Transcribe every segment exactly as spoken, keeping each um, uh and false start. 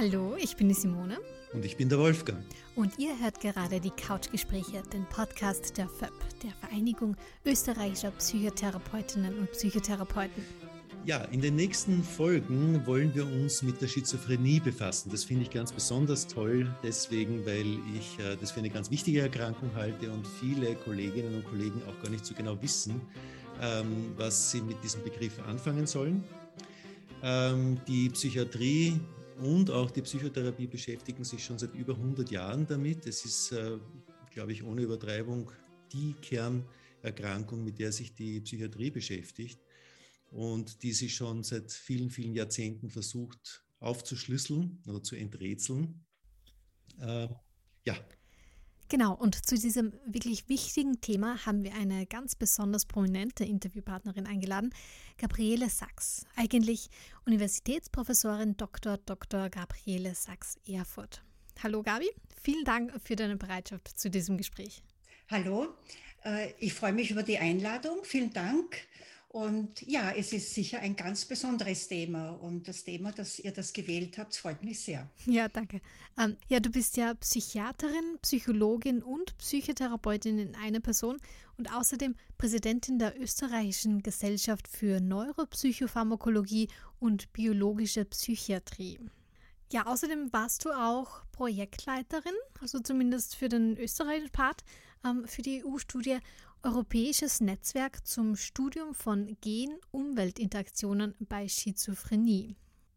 Hallo, ich bin die Simone. Und ich bin der Wolfgang. Und ihr hört gerade die Couchgespräche, den Podcast der F Ö P, der Vereinigung österreichischer Psychotherapeutinnen und Psychotherapeuten. Ja, in den nächsten Folgen wollen wir uns mit der Schizophrenie befassen. Das finde ich ganz besonders toll, deswegen, weil ich äh, das für eine ganz wichtige Erkrankung halte und viele Kolleginnen und Kollegen auch gar nicht so genau wissen, ähm, was sie mit diesem Begriff anfangen sollen. Ähm, die Psychiatrie und auch die Psychotherapie beschäftigen sich schon seit über hundert Jahren damit. Es ist, äh, glaube ich, ohne Übertreibung die Kernerkrankung, mit der sich die Psychiatrie beschäftigt und die sich schon seit vielen, vielen Jahrzehnten versucht aufzuschlüsseln oder zu enträtseln. Äh, ja. Genau, und zu diesem wirklich wichtigen Thema haben wir eine ganz besonders prominente Interviewpartnerin eingeladen, Gabriele Sachs, eigentlich Universitätsprofessorin Doktor Doktor Gabriele Sachs Erfurt. Hallo Gabi, vielen Dank für deine Bereitschaft zu diesem Gespräch. Hallo, ich freue mich über die Einladung, vielen Dank. Und ja, es ist sicher ein ganz besonderes Thema und das Thema, dass ihr das gewählt habt, freut mich sehr. Ja, danke. Ähm, ja, du bist ja Psychiaterin, Psychologin und Psychotherapeutin in einer Person und außerdem Präsidentin der österreichischen Gesellschaft für Neuropsychopharmakologie und biologische Psychiatrie. Ja, außerdem warst du auch Projektleiterin, also zumindest für den österreichischen Part, ähm, für die E U-Studie Europäisches Netzwerk zum Studium von Gen-Umwelt-Interaktionen bei Schizophrenie.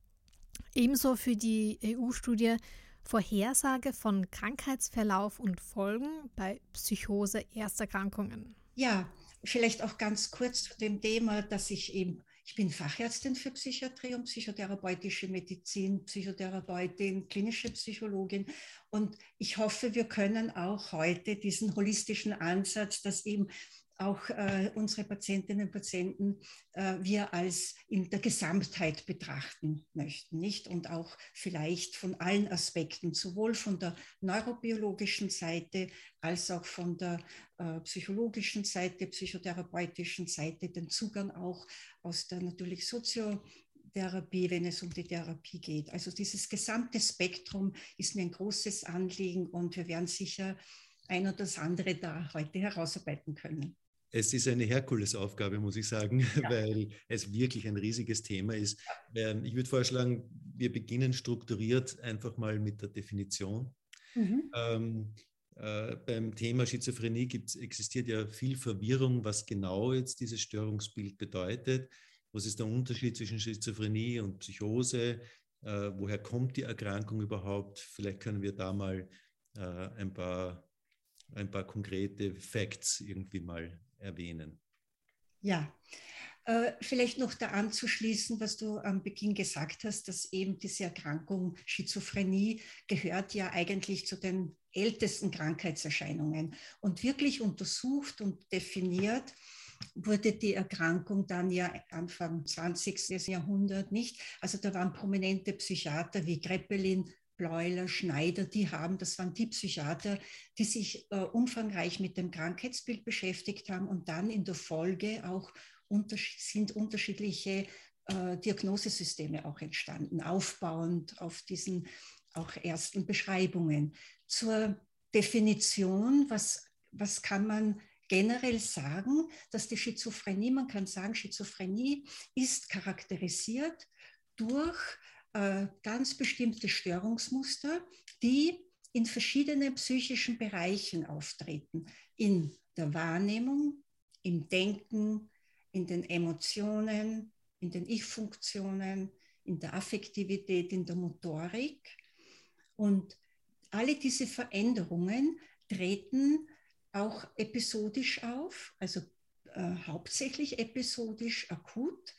Ebenso für die E U-Studie Vorhersage von Krankheitsverlauf und Folgen bei Psychose Ersterkrankungen. Ja, vielleicht auch ganz kurz zu dem Thema, dass ich eben, ich bin Fachärztin für Psychiatrie und psychotherapeutische Medizin, Psychotherapeutin, klinische Psychologin und ich hoffe, wir können auch heute diesen holistischen Ansatz, dass eben auch äh, unsere Patientinnen und Patienten äh, wir als in der Gesamtheit betrachten möchten, nicht? Und auch vielleicht von allen Aspekten, sowohl von der neurobiologischen Seite als auch von der äh, psychologischen Seite, psychotherapeutischen Seite, den Zugang auch aus der natürlich Soziotherapie, wenn es um die Therapie geht. Also dieses gesamte Spektrum ist mir ein großes Anliegen und wir werden sicher ein oder das andere da heute herausarbeiten können. Es ist eine Herkulesaufgabe, muss ich sagen, ja. Weil es wirklich ein riesiges Thema ist. Ich würde vorschlagen, wir beginnen strukturiert einfach mal mit der Definition. Mhm. Ähm, äh, beim Thema Schizophrenie gibt's, existiert ja viel Verwirrung, was genau jetzt dieses Störungsbild bedeutet. Was ist der Unterschied zwischen Schizophrenie und Psychose? Äh, woher kommt die Erkrankung überhaupt? Vielleicht können wir da mal äh, ein paar ein paar konkrete Facts irgendwie mal erwähnen. Ja, äh, vielleicht noch da anzuschließen, was du am Beginn gesagt hast, dass eben diese Erkrankung Schizophrenie gehört ja eigentlich zu den ältesten Krankheitserscheinungen und wirklich untersucht und definiert wurde die Erkrankung dann ja Anfang zwanzigsten Jahrhundert nicht. Also da waren prominente Psychiater wie Graepelin, Bleuler, Schneider, die haben, das waren die Psychiater, die sich äh, umfangreich mit dem Krankheitsbild beschäftigt haben und dann in der Folge auch unterschied, sind unterschiedliche äh, Diagnosesysteme auch entstanden, aufbauend auf diesen auch ersten Beschreibungen. Zur Definition, was, was kann man generell sagen, dass die Schizophrenie, man kann sagen, Schizophrenie ist charakterisiert durch ganz bestimmte Störungsmuster, die in verschiedenen psychischen Bereichen auftreten. In der Wahrnehmung, im Denken, in den Emotionen, in den Ich-Funktionen, in der Affektivität, in der Motorik. Und alle diese Veränderungen treten auch episodisch auf, also äh, hauptsächlich episodisch akut.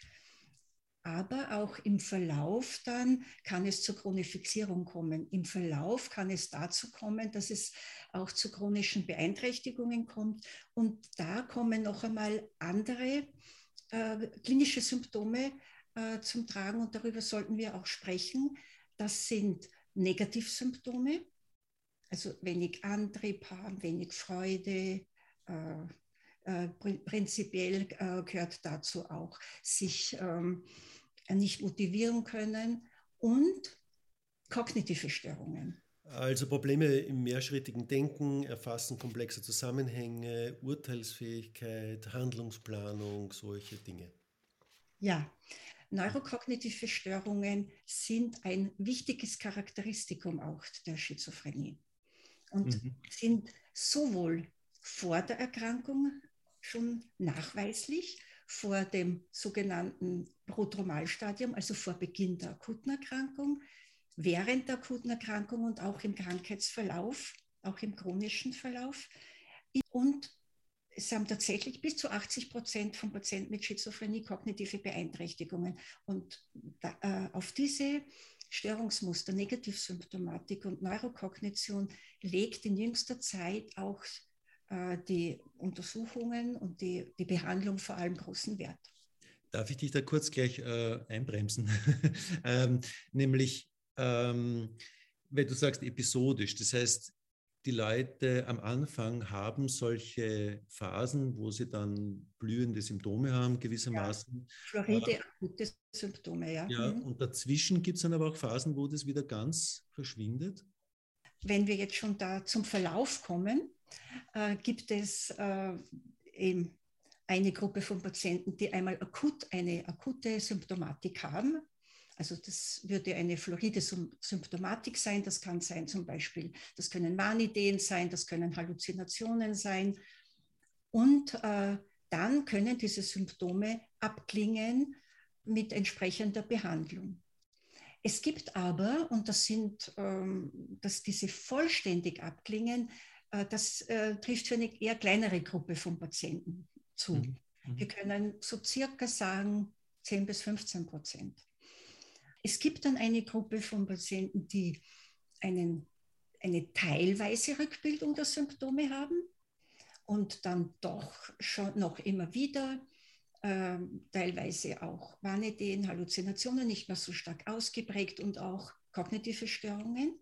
Aber auch im Verlauf dann kann es zur Chronifizierung kommen. Im Verlauf kann es dazu kommen, dass es auch zu chronischen Beeinträchtigungen kommt. Und da kommen noch einmal andere äh, klinische Symptome äh, zum Tragen. Und darüber sollten wir auch sprechen. Das sind Negativsymptome, also wenig Antrieb haben, wenig Freude, äh, äh, prinzipiell äh, gehört dazu auch, sich ähm, nicht motivieren können und kognitive Störungen. Also Probleme im mehrschrittigen Denken, Erfassen komplexer Zusammenhänge, Urteilsfähigkeit, Handlungsplanung, solche Dinge. Ja, neurokognitive Störungen sind ein wichtiges Charakteristikum auch der Schizophrenie und mhm. sind sowohl vor der Erkrankung schon nachweislich, vor dem sogenannten Prodromalstadium, also vor Beginn der akuten Erkrankung, während der akuten Erkrankung und auch im Krankheitsverlauf, auch im chronischen Verlauf. Und es haben tatsächlich bis zu achtzig Prozent von Patienten mit Schizophrenie kognitive Beeinträchtigungen. Und da, äh, auf diese Störungsmuster, Negativsymptomatik und Neurokognition legt in jüngster Zeit auch äh, die Untersuchungen und die, die Behandlung vor allem großen Wert. Darf ich dich da kurz gleich äh, einbremsen? ähm, nämlich, ähm, wenn du sagst episodisch, das heißt, die Leute am Anfang haben solche Phasen, wo sie dann blühende Symptome haben, gewissermaßen. Ja, floride, akute Symptome, ja. Ja, mhm. Und dazwischen gibt es dann aber auch Phasen, wo das wieder ganz verschwindet? Wenn wir jetzt schon da zum Verlauf kommen, äh, gibt es äh, eben eine Gruppe von Patienten, die einmal akut eine akute Symptomatik haben. Also das würde eine floride Symptomatik sein. Das kann sein zum Beispiel, das können Wahnideen sein, das können Halluzinationen sein. Und äh, dann können diese Symptome abklingen mit entsprechender Behandlung. Es gibt aber, und das sind, ähm, dass diese vollständig abklingen, äh, das äh, trifft für eine eher kleinere Gruppe von Patienten zu. Mhm. Wir können so circa sagen zehn bis fünfzehn Prozent. Es gibt dann eine Gruppe von Patienten, die einen, eine teilweise Rückbildung der Symptome haben und dann doch schon noch immer wieder äh, teilweise auch Wahnideen, Halluzinationen, nicht mehr so stark ausgeprägt und auch kognitive Störungen.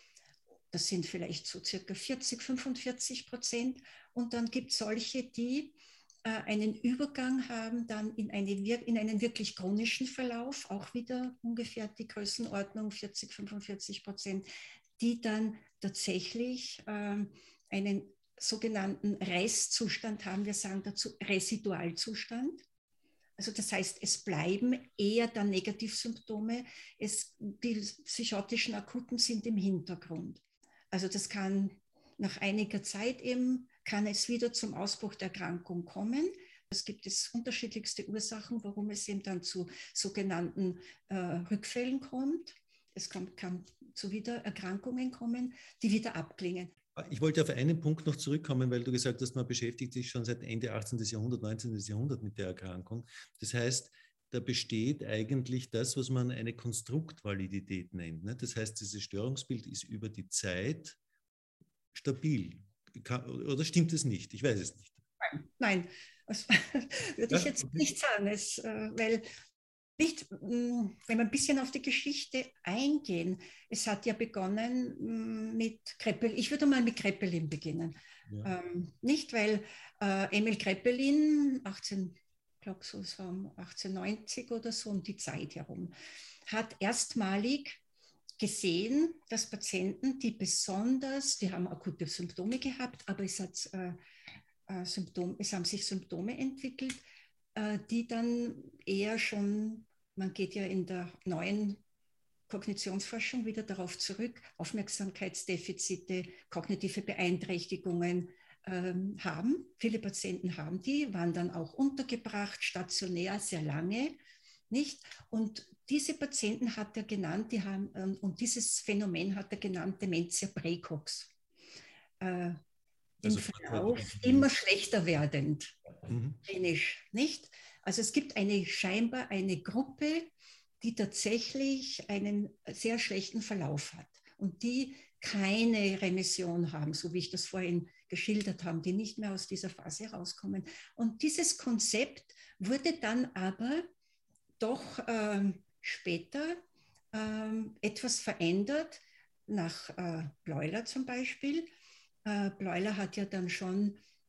Das sind vielleicht so circa vierzig, fünfundvierzig Prozent. Und dann gibt es solche, die äh, einen Übergang haben dann in, eine, in einen wirklich chronischen Verlauf, auch wieder ungefähr die Größenordnung vierzig, fünfundvierzig Prozent, die dann tatsächlich äh, einen sogenannten Restzustand haben. Wir sagen dazu Residualzustand. Also das heißt, es bleiben eher dann Negativsymptome. Es, die psychotischen Akuten sind im Hintergrund. Also das kann nach einiger Zeit eben, kann es wieder zum Ausbruch der Erkrankung kommen. Es gibt es unterschiedlichste Ursachen, warum es eben dann zu sogenannten äh, Rückfällen kommt. Es kann, kann zu Wiedererkrankungen kommen, die wieder abklingen. Ich wollte auf einen Punkt noch zurückkommen, weil du gesagt hast, man beschäftigt sich schon seit Ende achtzehnten. Jahrhundert, neunzehnten. Jahrhundert mit der Erkrankung. Das heißt, da besteht eigentlich das, was man eine Konstruktvalidität nennt. Ne? Das heißt, dieses Störungsbild ist über die Zeit stabil. Oder stimmt es nicht? Ich weiß es nicht. Nein, nein, das würde ja, ich jetzt okay. nicht sagen, es, weil nicht, wenn wir ein bisschen auf die Geschichte eingehen, es hat ja begonnen mit Kraepelin, ich würde mal mit Kraepelin beginnen. Ja. Ähm, nicht, weil äh, Emil Kraepelin, achtzehn, ich glaube so, es war um achtzehnhundertneunzig oder so, um die Zeit herum, hat erstmalig gesehen, dass Patienten, die besonders, die haben akute Symptome gehabt, aber es, hat, äh, äh, Symptom, es haben sich Symptome entwickelt, äh, die dann eher schon, man geht ja in der neuen Kognitionsforschung wieder darauf zurück, Aufmerksamkeitsdefizite, kognitive Beeinträchtigungen ähm, haben. Viele Patienten haben die, waren dann auch untergebracht, stationär sehr lange, nicht? Und diese Patienten hat er genannt, die haben, und dieses Phänomen hat er genannt Dementia praecox. Äh, Im also, Verlauf immer schlechter werdend, mhm. klinisch, nicht? Also es gibt eine scheinbar eine Gruppe, die tatsächlich einen sehr schlechten Verlauf hat und die keine Remission haben, so wie ich das vorhin geschildert habe, die nicht mehr aus dieser Phase rauskommen. Und dieses Konzept wurde dann aber doch ähm, später ähm, etwas verändert, nach äh, Bleuler zum Beispiel. Äh, Bleuler hat ja dann schon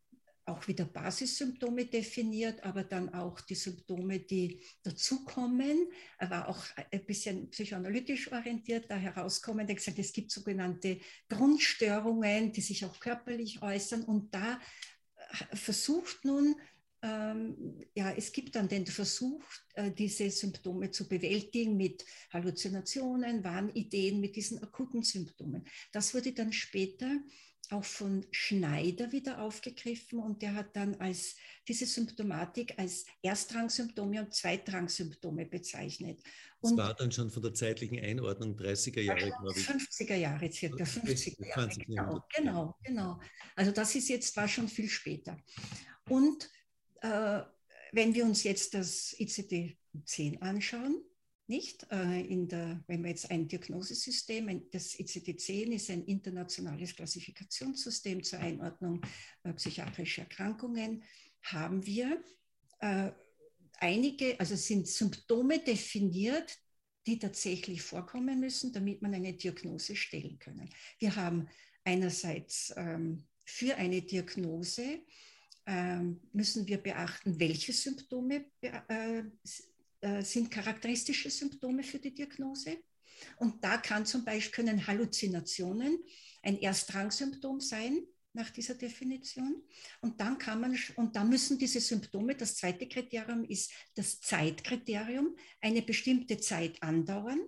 auch wieder Basissymptome definiert, aber dann auch die Symptome, die dazukommen. Er war auch ein bisschen psychoanalytisch orientiert, da herauskommen, er hat gesagt, es gibt sogenannte Grundstörungen, die sich auch körperlich äußern, und da versucht nun, ähm, ja, es gibt dann den Versuch, äh, diese Symptome zu bewältigen mit Halluzinationen, Wahnideen, mit diesen akuten Symptomen. Das wurde dann später auch von Schneider wieder aufgegriffen, und der hat dann als diese Symptomatik als Erstrangsymptome und Zweitrangsymptome bezeichnet. Das Und war dann schon von der zeitlichen Einordnung dreißiger Jahre, glaube ich. fünfziger Jahre, circa fünfziger Jahre, genau, genau, genau. Also das ist jetzt, war schon viel später. Und äh, wenn wir uns jetzt das I C D zehn anschauen, nicht? Äh, in der, wenn wir jetzt ein Diagnosesystem, das I C D zehn ist ein internationales Klassifikationssystem zur Einordnung äh, psychiatrischer Erkrankungen, haben wir äh, einige, also sind Symptome definiert, die tatsächlich vorkommen müssen, damit man eine Diagnose stellen können. Wir haben einerseits ähm, für eine Diagnose ähm, müssen wir beachten, welche Symptome äh, äh, sind charakteristische Symptome für die Diagnose. Und da kann zum Beispiel können Halluzinationen ein Erstrangsymptom sein nach dieser Definition. Und dann kann man, und dann müssen diese Symptome, das zweite Kriterium ist das Zeitkriterium, eine bestimmte Zeit andauern,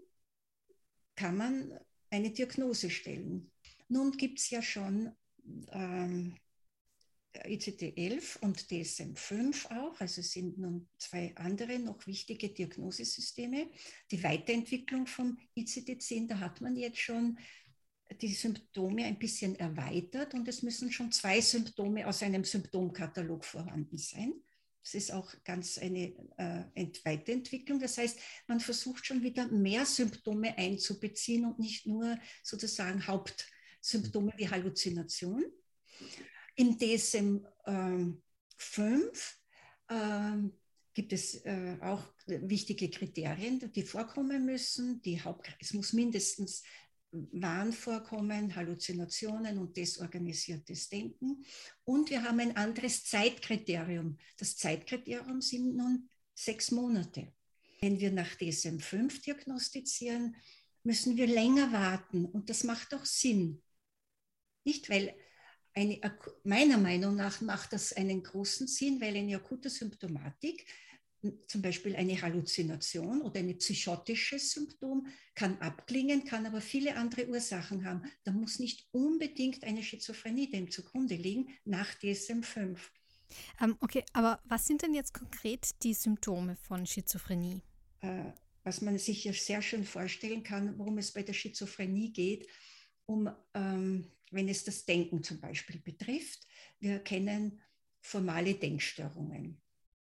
kann man eine Diagnose stellen. Nun gibt es ja schon ähm, I C D elf und D S M fünf auch, also es sind nun zwei andere noch wichtige Diagnosesysteme. Die Weiterentwicklung vom I C D zehn, da hat man jetzt schon die Symptome ein bisschen erweitert, und es müssen schon zwei Symptome aus einem Symptomkatalog vorhanden sein. Das ist auch ganz eine äh, Weiterentwicklung. Das heißt, man versucht schon wieder mehr Symptome einzubeziehen und nicht nur sozusagen Hauptsymptome wie Halluzination. Im D S M fünf ähm, gibt es äh, auch wichtige Kriterien, die vorkommen müssen. Die Haupt, es muss mindestens Wahn vorkommen, Halluzinationen und desorganisiertes Denken. Und wir haben ein anderes Zeitkriterium. Das Zeitkriterium sind nun sechs Monate. Wenn wir nach D S M fünf diagnostizieren, müssen wir länger warten. Und das macht auch Sinn. Nicht, weil eine, meiner Meinung nach macht das einen großen Sinn, weil eine akute Symptomatik, zum Beispiel eine Halluzination oder ein psychotisches Symptom, kann abklingen, kann aber viele andere Ursachen haben. Da muss nicht unbedingt eine Schizophrenie dem zugrunde liegen nach D S M fünf. Ähm, okay, aber was sind denn jetzt konkret die Symptome von Schizophrenie? Äh, was man sich ja sehr schön vorstellen kann, worum es bei der Schizophrenie geht, um, ähm, wenn es das Denken zum Beispiel betrifft. Wir kennen formale Denkstörungen,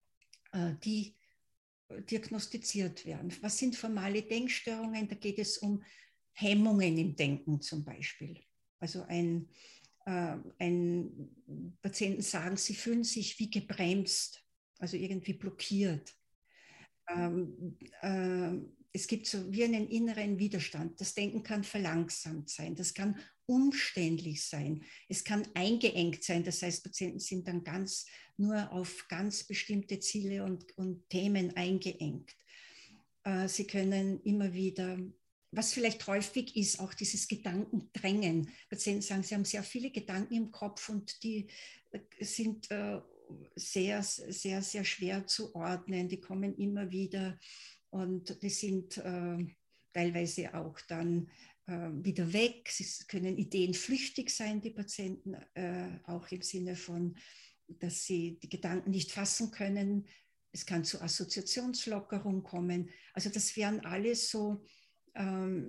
die diagnostiziert werden. Was sind formale Denkstörungen? Da geht es um Hemmungen im Denken zum Beispiel. Also ein, äh, ein Patienten sagen, sie fühlen sich wie gebremst, also irgendwie blockiert. Ähm, äh, es gibt so wie einen inneren Widerstand. Das Denken kann verlangsamt sein, das kann umständlich sein, es kann eingeengt sein. Das heißt, Patienten sind dann ganz nur auf ganz bestimmte Ziele und, und Themen eingeengt. Äh, sie können immer wieder, was vielleicht häufig ist, auch dieses Gedankendrängen. Patienten sagen, sie haben sehr viele Gedanken im Kopf und die sind äh, sehr, sehr, sehr schwer zu ordnen. Die kommen immer wieder und die sind äh, teilweise auch dann äh, wieder weg. Sie können ideenflüchtig sein, die Patienten, äh, auch im Sinne von, dass sie die Gedanken nicht fassen können. Es kann zu Assoziationslockerung kommen. Also das wären alles so ähm,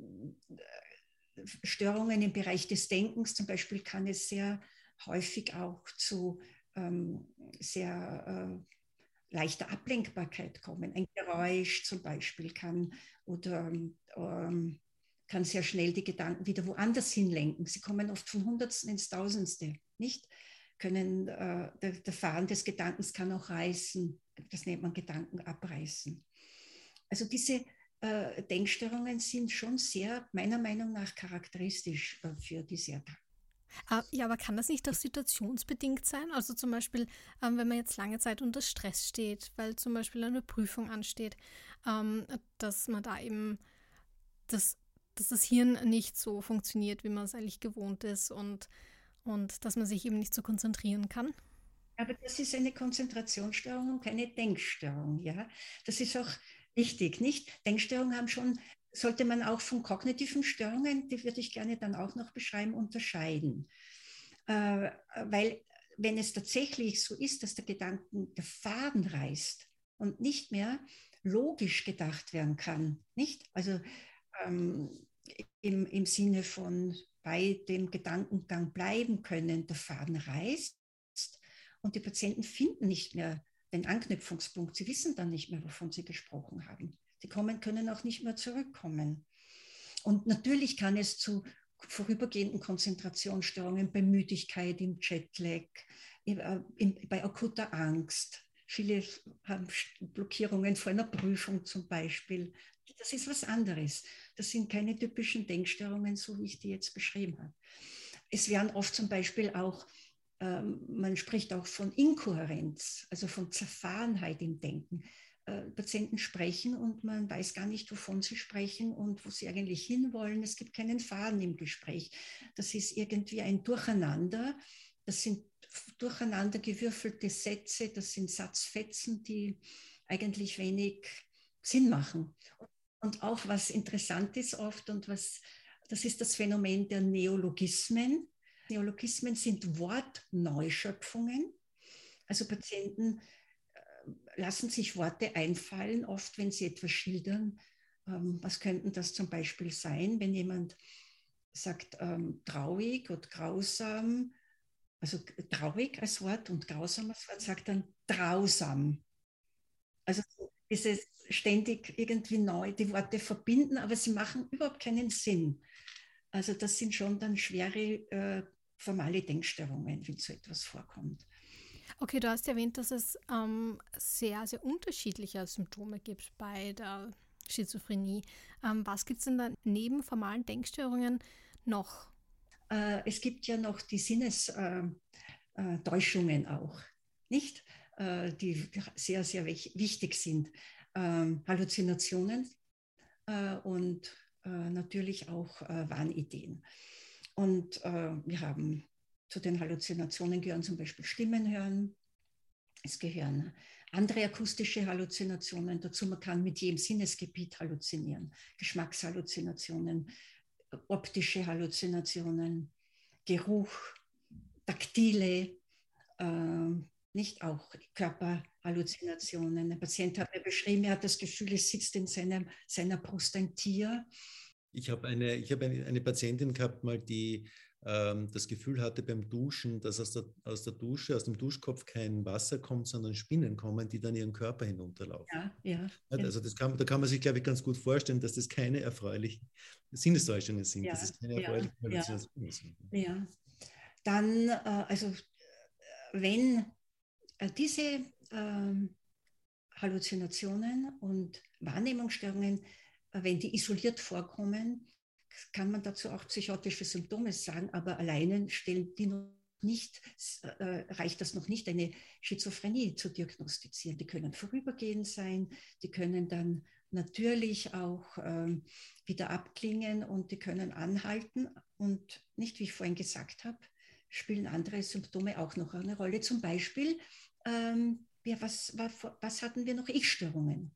Störungen im Bereich des Denkens. Zum Beispiel kann es sehr häufig auch zu ähm, sehr äh, leichter Ablenkbarkeit kommen. Ein Geräusch zum Beispiel kann oder ähm, kann sehr schnell die Gedanken wieder woanders hinlenken. Sie kommen oft von Hundertsten ins Tausendste, nicht? Können, äh, der, der Faden des Gedankens kann auch reißen. Das nennt man Gedanken abreißen. Also diese äh, Denkstörungen sind schon sehr, meiner Meinung nach, charakteristisch äh, für diese Erkrankung. Äh, ja, aber kann das nicht auch situationsbedingt sein? Also zum Beispiel, ähm, wenn man jetzt lange Zeit unter Stress steht, weil zum Beispiel eine Prüfung ansteht, ähm, dass man da eben, das, dass das Hirn nicht so funktioniert, wie man es eigentlich gewohnt ist und, und dass man sich eben nicht so konzentrieren kann. Aber das ist eine Konzentrationsstörung und keine Denkstörung, ja. Das ist auch wichtig, nicht? Denkstörungen haben schon, sollte man auch von kognitiven Störungen, die würde ich gerne dann auch noch beschreiben, unterscheiden. Äh, weil wenn es tatsächlich so ist, dass der Gedanken der Faden reißt und nicht mehr logisch gedacht werden kann, nicht? Also ähm, im, im Sinne von bei dem Gedankengang bleiben können, der Faden reißt und die Patienten finden nicht mehr den Anknüpfungspunkt. Sie wissen dann nicht mehr, wovon sie gesprochen haben. Die kommen, können auch nicht mehr zurückkommen. Und natürlich kann es zu vorübergehenden Konzentrationsstörungen bei Müdigkeit, im Jetlag, bei akuter Angst. Viele haben Blockierungen vor einer Prüfung zum Beispiel. Das ist was anderes. Das sind keine typischen Denkstörungen, so wie ich die jetzt beschrieben habe. Es werden oft zum Beispiel auch, ähm, man spricht auch von Inkohärenz, also von Zerfahrenheit im Denken. Äh, Patienten sprechen und man weiß gar nicht, wovon sie sprechen und wo sie eigentlich hinwollen. Es gibt keinen Faden im Gespräch. Das ist irgendwie ein Durcheinander. Das sind durcheinander gewürfelte Sätze, das sind Satzfetzen, die eigentlich wenig Sinn machen. Und auch was interessant ist oft und was, das ist das Phänomen der Neologismen. Neologismen sind Wortneuschöpfungen. Also Patienten lassen sich Worte einfallen, oft wenn sie etwas schildern. Ähm, was könnten das zum Beispiel sein, wenn jemand sagt ähm, traurig oder grausam, also traurig als Wort und grausam als Wort, sagt dann grausam. Also dieses ständig irgendwie neu die Worte verbinden, aber sie machen überhaupt keinen Sinn. Also das sind schon dann schwere äh, formale Denkstörungen, wenn so etwas vorkommt. Okay, du hast erwähnt, dass es ähm, sehr, sehr unterschiedliche Symptome gibt bei der Schizophrenie. Ähm, was gibt es denn da neben formalen Denkstörungen noch? Äh, es gibt ja noch die Sinnestäuschungen äh, äh, auch, nicht? Äh, die sehr, sehr wichtig sind. Ähm, Halluzinationen äh, und äh, natürlich auch äh, Wahnideen. Und äh, wir haben zu den Halluzinationen gehören zum Beispiel Stimmen hören. Es gehören andere akustische Halluzinationen dazu. Man kann mit jedem Sinnesgebiet halluzinieren. Geschmackshalluzinationen, optische Halluzinationen, Geruch, taktile, äh, nicht auch Körperhalluzinationen. Ein Patient hat mir beschrieben, er hat das Gefühl, es sitzt in seinem, seiner Brust ein Tier. Ich habe eine, ich hab eine, eine Patientin gehabt, mal, die ähm, das Gefühl hatte beim Duschen, dass aus der, aus der Dusche, aus dem Duschkopf kein Wasser kommt, sondern Spinnen kommen, die dann ihren Körper hinunterlaufen. Ja, ja. Also das kann, da kann man sich, glaube ich, ganz gut vorstellen, dass das keine erfreulichen Sinnestäuschungen sind, Ja, dass es keine ja, erfreulichen ja, Halluzinationen sind. ja. Dann, äh, also wenn äh, diese ähm, Halluzinationen und Wahrnehmungsstörungen, äh, wenn die isoliert vorkommen, kann man dazu auch psychotische Symptome sagen, aber alleine stellen die noch nicht, äh, reicht das noch nicht, eine Schizophrenie zu diagnostizieren. Die können vorübergehend sein, die können dann natürlich auch ähm, wieder abklingen und die können anhalten. Und nicht, wie ich vorhin gesagt habe, spielen andere Symptome auch noch eine Rolle. Zum Beispiel, ähm, ja, was, was, was hatten wir noch? Ich-Störungen.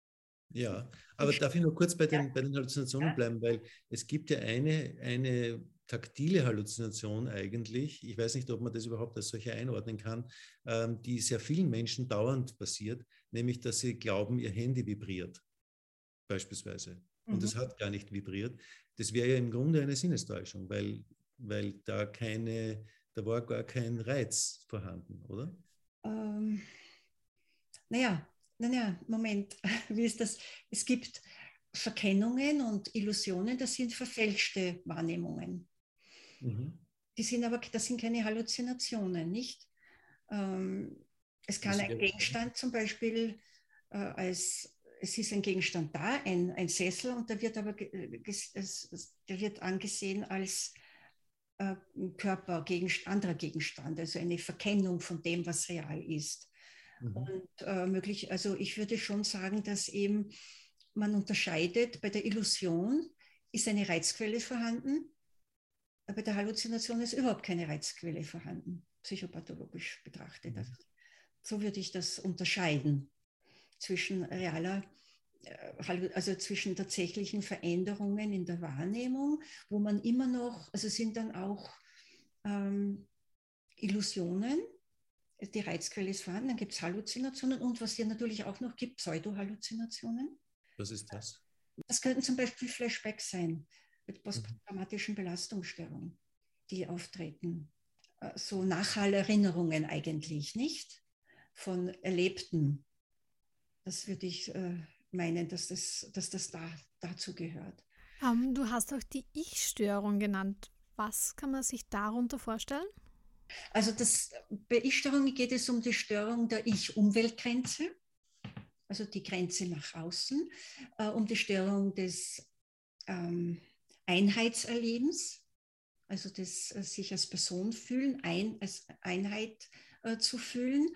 Ja, aber darf ich noch kurz bei Ja. den, bei den Halluzinationen bleiben, weil es gibt ja eine, eine taktile Halluzination eigentlich, ich weiß nicht, ob man das überhaupt als solche einordnen kann, ähm, die sehr vielen Menschen dauernd passiert, nämlich, dass sie glauben, ihr Handy vibriert, beispielsweise. Und es Mhm. hat gar nicht vibriert. Das wäre ja im Grunde eine Sinnestäuschung, weil, weil da keine, da war gar kein Reiz vorhanden, oder? Ähm, naja, naja, Moment, wie ist das? Es gibt Verkennungen und Illusionen, das sind verfälschte Wahrnehmungen. Mhm. Die sind aber, das sind keine Halluzinationen, nicht? Ähm, es kann Was ein wäre Gegenstand zum Beispiel äh, als, es ist ein Gegenstand da, ein, ein Sessel, und der wird aber ge, ges, es, der wird angesehen als äh, Körper, Gegenstand, anderer Gegenstand, also eine Verkennung von dem, was real ist. Mhm. Und äh, möglich, also ich würde schon sagen, dass eben man unterscheidet, bei der Illusion ist eine Reizquelle vorhanden, aber bei der Halluzination ist überhaupt keine Reizquelle vorhanden, psychopathologisch betrachtet. Mhm. Also, so würde ich das unterscheiden zwischen realer, also zwischen tatsächlichen Veränderungen in der Wahrnehmung, wo man immer noch, also sind dann auch ähm, Illusionen, die Reizquelle ist vorhanden, dann gibt es Halluzinationen und was es natürlich auch noch gibt, Pseudohalluzinationen. Was ist das? Das könnten zum Beispiel Flashbacks sein, mit posttraumatischen Belastungsstörungen, die auftreten. So Nachhallerinnerungen eigentlich, nicht? Von Erlebten. Das würde ich äh, meinen, dass das, dass das da, dazu gehört. Um, du hast auch die Ich-Störung genannt. Was kann man sich darunter vorstellen? Also das, bei Ich-Störung geht es um die Störung der Ich-Umweltgrenze, also die Grenze nach außen, äh, um die Störung des ähm, Einheitserlebens, also das äh, sich als Person fühlen, ein, als Einheit äh, zu fühlen.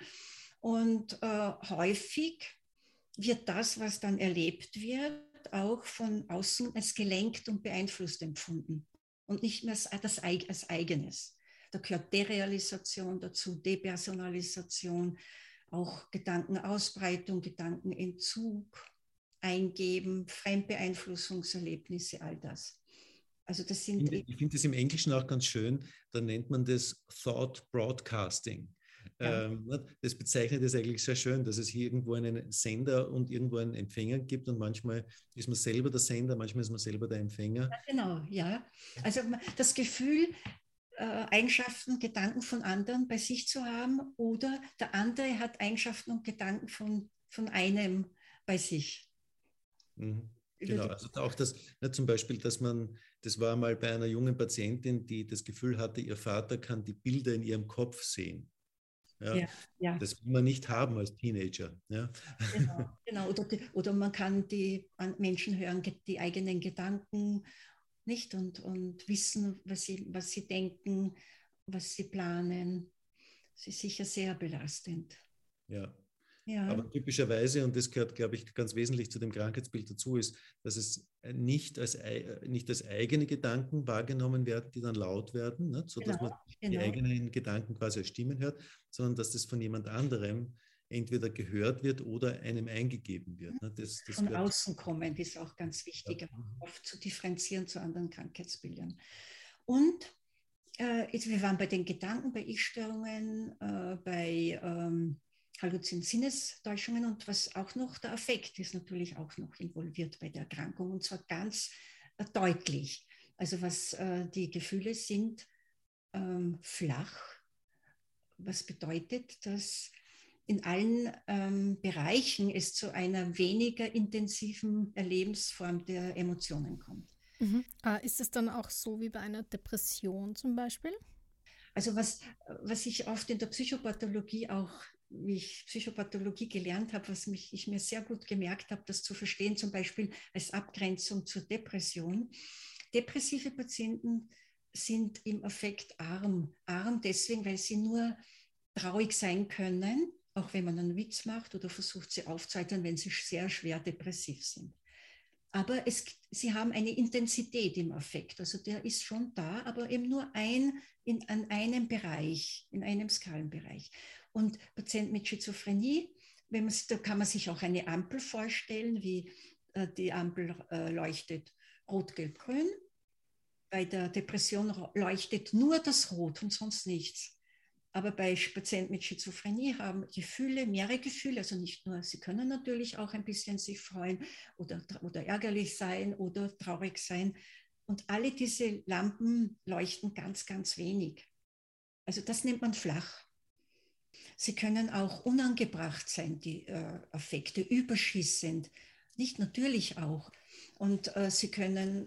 Und äh, häufig wird das, was dann erlebt wird, auch von außen als gelenkt und beeinflusst empfunden und nicht mehr als, das, als eigenes. Da gehört Derealisation dazu, Depersonalisation, auch Gedankenausbreitung, Gedankenentzug, Eingeben, Fremdbeeinflussungserlebnisse, all das. Also das sind ich finde das im Englischen auch ganz schön, da nennt man das Thought Broadcasting. Ja. Ähm, das bezeichnet es eigentlich sehr schön, dass es hier irgendwo einen Sender und irgendwo einen Empfänger gibt und manchmal ist man selber der Sender, manchmal ist man selber der Empfänger. Ja, genau, ja. Also das Gefühl, äh, Eigenschaften, Gedanken von anderen bei sich zu haben oder der andere hat Eigenschaften und Gedanken von, von einem bei sich. Mhm. Genau, also auch das, ne, zum Beispiel, dass man, das war mal bei einer jungen Patientin, die das Gefühl hatte, ihr Vater kann die Bilder in ihrem Kopf sehen. Ja, ja, ja. Das will man nicht haben als Teenager. Ja. Genau, genau. Oder, die, oder man kann die Menschen hören, die eigenen Gedanken nicht und, und wissen, was sie, was sie denken, was sie planen. Das ist sicher sehr belastend. Ja. Ja. Aber typischerweise, und das gehört, glaube ich, ganz wesentlich zu dem Krankheitsbild dazu, ist, dass es nicht als, nicht als eigene Gedanken wahrgenommen werden, die dann laut werden, ne, sodass Genau, man genau. die eigenen Gedanken quasi als Stimmen hört, sondern dass das von jemand anderem entweder gehört wird oder einem eingegeben wird. Ne. Das, das von gehört außen kommen ist auch ganz wichtig, ja. oft zu differenzieren zu anderen Krankheitsbildern. Und äh, jetzt, wir waren bei den Gedanken, bei Ich-Störungen, äh, bei ähm, Halluzin-Sinnestäuschungen und was auch noch, der Affekt ist natürlich auch noch involviert bei der Erkrankung und zwar ganz äh, deutlich. Also was äh, die Gefühle sind ähm, flach, was bedeutet, dass in allen ähm, Bereichen es zu einer weniger intensiven Erlebensform der Emotionen kommt. Mhm. Äh, ist es dann auch so wie bei einer Depression zum Beispiel? Also was, was ich oft in der Psychopathologie auch, wie ich Psychopathologie gelernt habe, was mich, ich mir sehr gut gemerkt habe, das zu verstehen, zum Beispiel als Abgrenzung zur Depression. Depressive Patienten sind im Affekt arm. Arm deswegen, weil sie nur traurig sein können, auch wenn man einen Witz macht oder versucht, sie aufzuheitern, wenn sie sehr schwer depressiv sind. Aber es, sie haben eine Intensität im Affekt, also der ist schon da, aber eben nur ein, in, an einem Bereich, in einem Skalenbereich. Und Patienten mit Schizophrenie, wenn man, da kann man sich auch eine Ampel vorstellen, wie äh, die Ampel äh, leuchtet rot, gelb, grün. Bei der Depression leuchtet nur das Rot und sonst nichts. Aber bei Patienten mit Schizophrenie haben Gefühle, mehrere Gefühle, also nicht nur, sie können natürlich auch ein bisschen sich freuen oder, oder ärgerlich sein oder traurig sein. Und alle diese Lampen leuchten ganz, ganz wenig. Also das nennt man flach. Sie können auch unangebracht sein, die äh, Affekte, überschießend, nicht natürlich auch. Und äh, sie können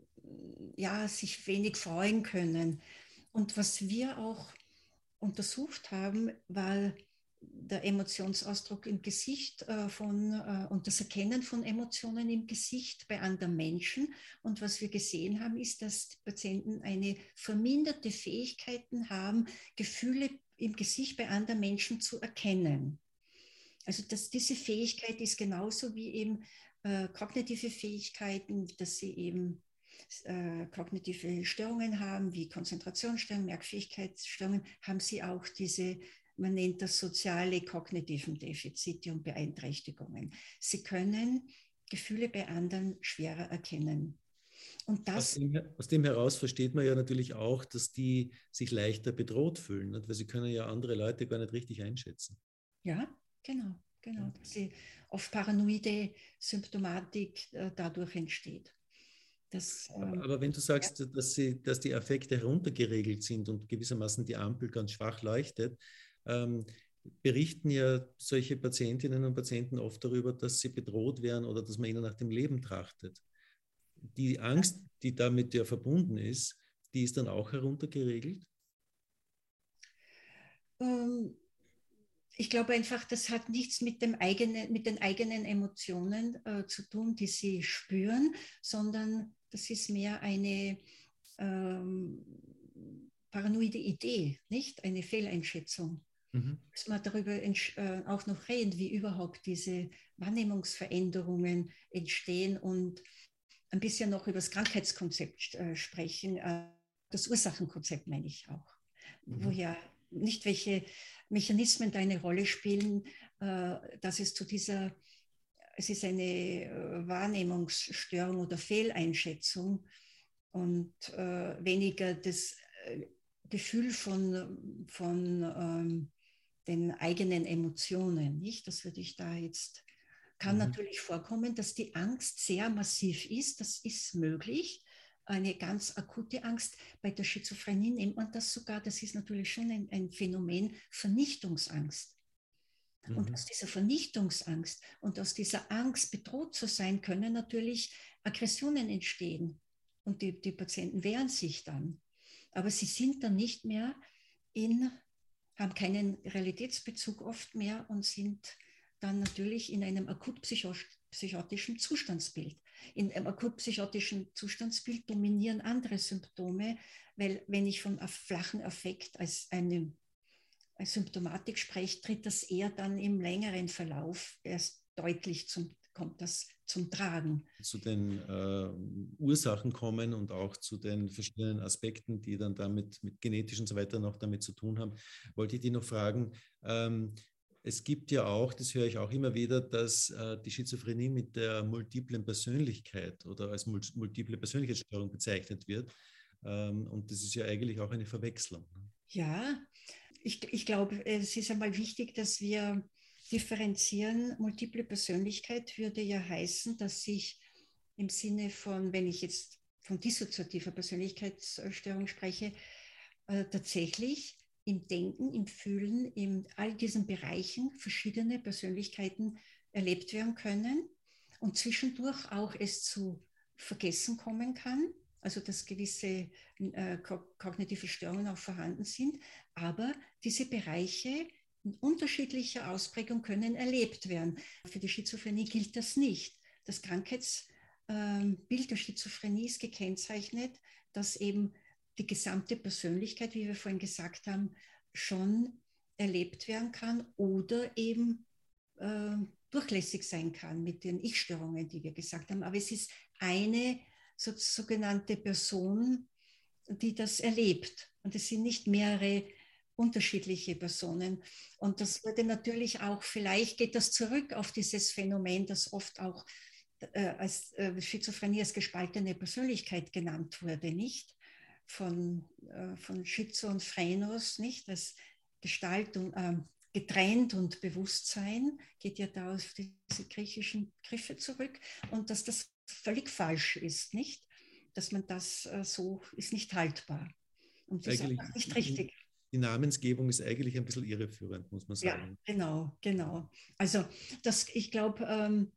ja, sich wenig freuen können. Und was wir auch untersucht haben, war der Emotionsausdruck im Gesicht äh, von, äh, und das Erkennen von Emotionen im Gesicht bei anderen Menschen. Und was wir gesehen haben, ist, dass die Patienten eine verminderte Fähigkeit haben, Gefühle im Gesicht bei anderen Menschen zu erkennen. Also dass diese Fähigkeit ist genauso wie eben äh, kognitive Fähigkeiten, dass sie eben äh, kognitive Störungen haben, wie Konzentrationsstörungen, Merkfähigkeitsstörungen, haben sie auch diese, man nennt das soziale kognitiven Defizite und Beeinträchtigungen. Sie können Gefühle bei anderen schwerer erkennen. Und das, aus, dem, aus dem heraus versteht man ja natürlich auch, dass die sich leichter bedroht fühlen, nicht? Weil sie können ja andere Leute gar nicht richtig einschätzen. Ja, genau, genau. Dass sie oft paranoide Symptomatik äh, dadurch entsteht. Das, ähm, aber, aber wenn du sagst, ja. dass, sie, dass die Affekte heruntergeregelt sind und gewissermaßen die Ampel ganz schwach leuchtet, ähm, berichten ja solche Patientinnen und Patienten oft darüber, dass sie bedroht werden oder dass man ihnen nach dem Leben trachtet. Die Angst, die damit ja verbunden ist, die ist dann auch heruntergeregelt? Ähm, ich glaube einfach, das hat nichts mit, dem eigenen, mit den eigenen Emotionen äh, zu tun, die sie spüren, sondern das ist mehr eine ähm, paranoide Idee, nicht eine Fehleinschätzung. Mhm. Müssen wir darüber äh, auch noch reden, wie überhaupt diese Wahrnehmungsveränderungen entstehen und ein bisschen noch über das Krankheitskonzept äh, sprechen. Äh, das Ursachenkonzept meine ich auch. Mhm. Woher nicht welche Mechanismen da eine Rolle spielen, äh, dass es zu dieser, es ist eine äh, Wahrnehmungsstörung oder Fehleinschätzung und äh, weniger das äh, Gefühl von, von ähm, den eigenen Emotionen, nicht? Das würde ich da jetzt, kann mhm. natürlich vorkommen, dass die Angst sehr massiv ist, das ist möglich, eine ganz akute Angst. Bei der Schizophrenie nennt man das sogar, das ist natürlich schon ein, ein Phänomen, Vernichtungsangst. Mhm. Und aus dieser Vernichtungsangst und aus dieser Angst, bedroht zu sein, können natürlich Aggressionen entstehen. Und die, die Patienten wehren sich dann. Aber sie sind dann nicht mehr in, haben keinen Realitätsbezug oft mehr und sind dann natürlich in einem akutpsychotischen Zustandsbild. In einem akutpsychotischen Zustandsbild dominieren andere Symptome, weil wenn ich von einem flachen Affekt als eine, als Symptomatik spreche, tritt das eher dann im längeren Verlauf erst deutlich zum, kommt das zum Tragen. Zu den äh, Ursachen kommen und auch zu den verschiedenen Aspekten, die dann damit mit genetisch und so weiter noch damit zu tun haben, wollte ich dich noch fragen, ähm, es gibt ja auch, das höre ich auch immer wieder, dass äh, die Schizophrenie mit der multiplen Persönlichkeit oder als mul- multiple Persönlichkeitsstörung bezeichnet wird. Ähm, und das ist ja eigentlich auch eine Verwechslung. Ja, ich, ich glaube, es ist einmal wichtig, dass wir differenzieren. Multiple Persönlichkeit würde ja heißen, dass ich im Sinne von, wenn ich jetzt von dissoziativer Persönlichkeitsstörung spreche, äh, tatsächlich im Denken, im Fühlen, in all diesen Bereichen verschiedene Persönlichkeiten erlebt werden können und zwischendurch auch es zu Vergessen kommen kann, also dass gewisse äh, kognitive Störungen auch vorhanden sind, aber diese Bereiche in unterschiedlicher Ausprägung können erlebt werden. Für die Schizophrenie gilt das nicht. Das Krankheitsbild der Schizophrenie ist gekennzeichnet, dass eben die gesamte Persönlichkeit, wie wir vorhin gesagt haben, schon erlebt werden kann oder eben äh, durchlässig sein kann mit den Ich-Störungen, die wir gesagt haben. Aber es ist eine so, sogenannte Person, die das erlebt. Und es sind nicht mehrere unterschiedliche Personen. Und das wurde natürlich auch, vielleicht geht das zurück auf dieses Phänomen, das oft auch äh, als äh, Schizophrenie als gespaltene Persönlichkeit genannt wurde, nicht? Von, äh, von Schizo und Phrenos, nicht? Das Gestalt und äh, getrennt und Bewusstsein geht ja da auf diese griechischen Begriffe zurück und dass das völlig falsch ist, nicht? Dass man das äh, so ist nicht haltbar und das ist auch nicht richtig. Die Namensgebung ist eigentlich ein bisschen irreführend, muss man sagen. Ja, genau, genau. Also das, ich glaube, ähm,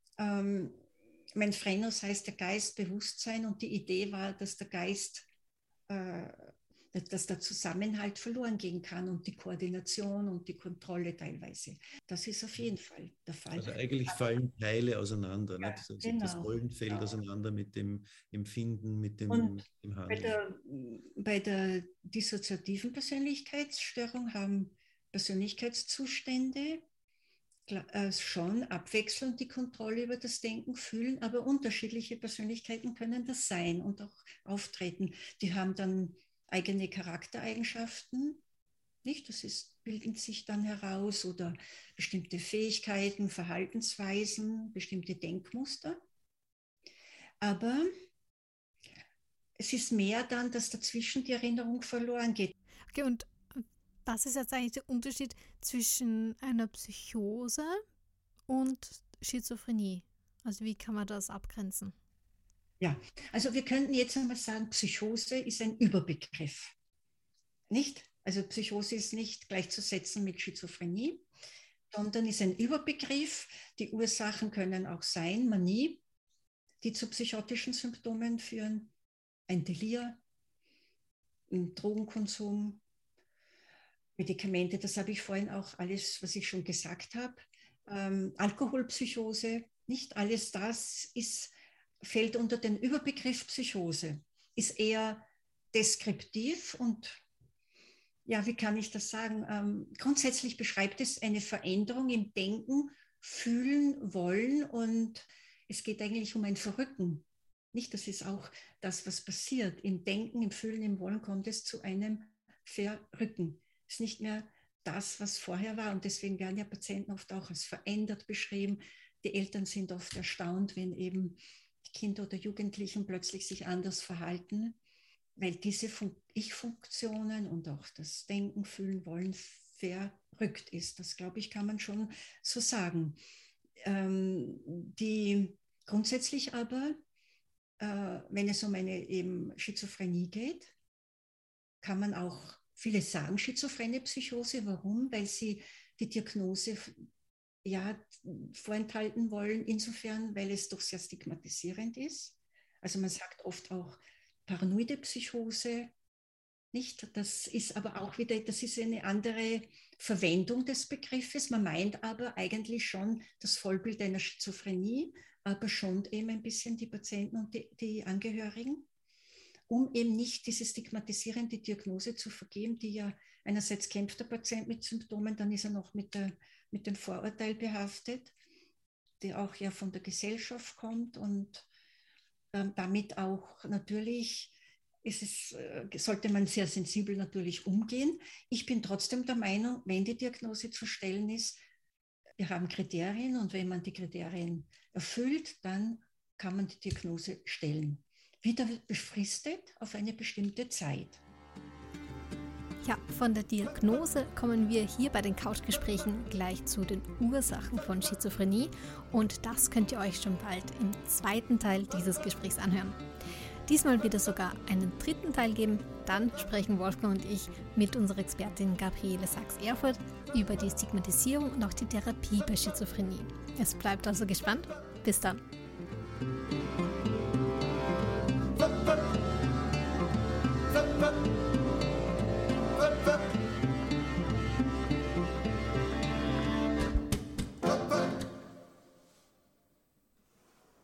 ähm, mein Phrenos heißt der Geist, Bewusstsein und die Idee war, dass der Geist äh, dass der Zusammenhalt verloren gehen kann und die Koordination und die Kontrolle teilweise. Das ist auf jeden Fall der Fall. Also eigentlich fallen Teile auseinander, ja, nicht? Also genau, das Wollen fällt genau. auseinander mit dem Empfinden, mit dem, und mit dem Handeln. Bei der, bei der dissoziativen Persönlichkeitsstörung haben Persönlichkeitszustände äh, schon abwechselnd die Kontrolle über das Denken, Fühlen, aber unterschiedliche Persönlichkeiten können das sein und auch auftreten. Die haben dann eigene Charaktereigenschaften, nicht? Das ist, bilden sich dann heraus, oder bestimmte Fähigkeiten, Verhaltensweisen, bestimmte Denkmuster. Aber es ist mehr dann, dass dazwischen die Erinnerung verloren geht. Okay, und was ist jetzt eigentlich der Unterschied zwischen einer Psychose und Schizophrenie? Also wie kann man das abgrenzen? Ja, also wir könnten jetzt einmal sagen, Psychose ist ein Überbegriff. Nicht? Also Psychose ist nicht gleichzusetzen mit Schizophrenie, sondern ist ein Überbegriff. Die Ursachen können auch sein Manie, die zu psychotischen Symptomen führen, ein Delir, ein Drogenkonsum, Medikamente, das habe ich vorhin auch alles, was ich schon gesagt habe, ähm, Alkoholpsychose, nicht alles das ist, fällt unter den Überbegriff Psychose, ist eher deskriptiv und ja, wie kann ich das sagen? Ähm, grundsätzlich beschreibt es eine Veränderung im Denken, Fühlen, Wollen, und es geht eigentlich um ein Verrücken. Nicht, das ist auch das, was passiert. Im Denken, im Fühlen, im Wollen kommt es zu einem Verrücken. Es ist nicht mehr das, was vorher war, und deswegen werden ja Patienten oft auch als verändert beschrieben. Die Eltern sind oft erstaunt, wenn eben die Kinder oder Jugendlichen plötzlich sich anders verhalten, weil diese Ich-Funktionen und auch das Denken, Fühlen, Wollen verrückt ist. Das, glaube ich, kann man schon so sagen. Ähm, die grundsätzlich aber, äh, wenn es um eine eben Schizophrenie geht, kann man auch, viele sagen schizophrene Psychose. Warum? Weil sie die Diagnose ja, vorenthalten wollen, insofern, weil es doch sehr stigmatisierend ist. Also man sagt oft auch paranoide Psychose, nicht? Das ist aber auch wieder, das ist eine andere Verwendung des Begriffes. Man meint aber eigentlich schon das Vollbild einer Schizophrenie, aber schon eben ein bisschen die Patienten und die, die Angehörigen, um eben nicht diese stigmatisierende Diagnose zu vergeben, die ja einerseits kämpft der Patient mit Symptomen, dann ist er noch mit, der, mit dem Vorurteil behaftet, der auch ja von der Gesellschaft kommt, und ähm, damit auch natürlich ist es, äh, sollte man sehr sensibel natürlich umgehen. Ich bin trotzdem der Meinung, wenn die Diagnose zu stellen ist, wir haben Kriterien, und wenn man die Kriterien erfüllt, dann kann man die Diagnose stellen. Wieder befristet auf eine bestimmte Zeit. Ja, von der Diagnose kommen wir hier bei den Couchgesprächen gleich zu den Ursachen von Schizophrenie, und das könnt ihr euch schon bald im zweiten Teil dieses Gesprächs anhören. Diesmal wird es sogar einen dritten Teil geben, dann sprechen Wolfgang und ich mit unserer Expertin Gabriele Sachs-Erfurth über die Stigmatisierung und auch die Therapie bei Schizophrenie. Es bleibt also gespannt. Bis dann.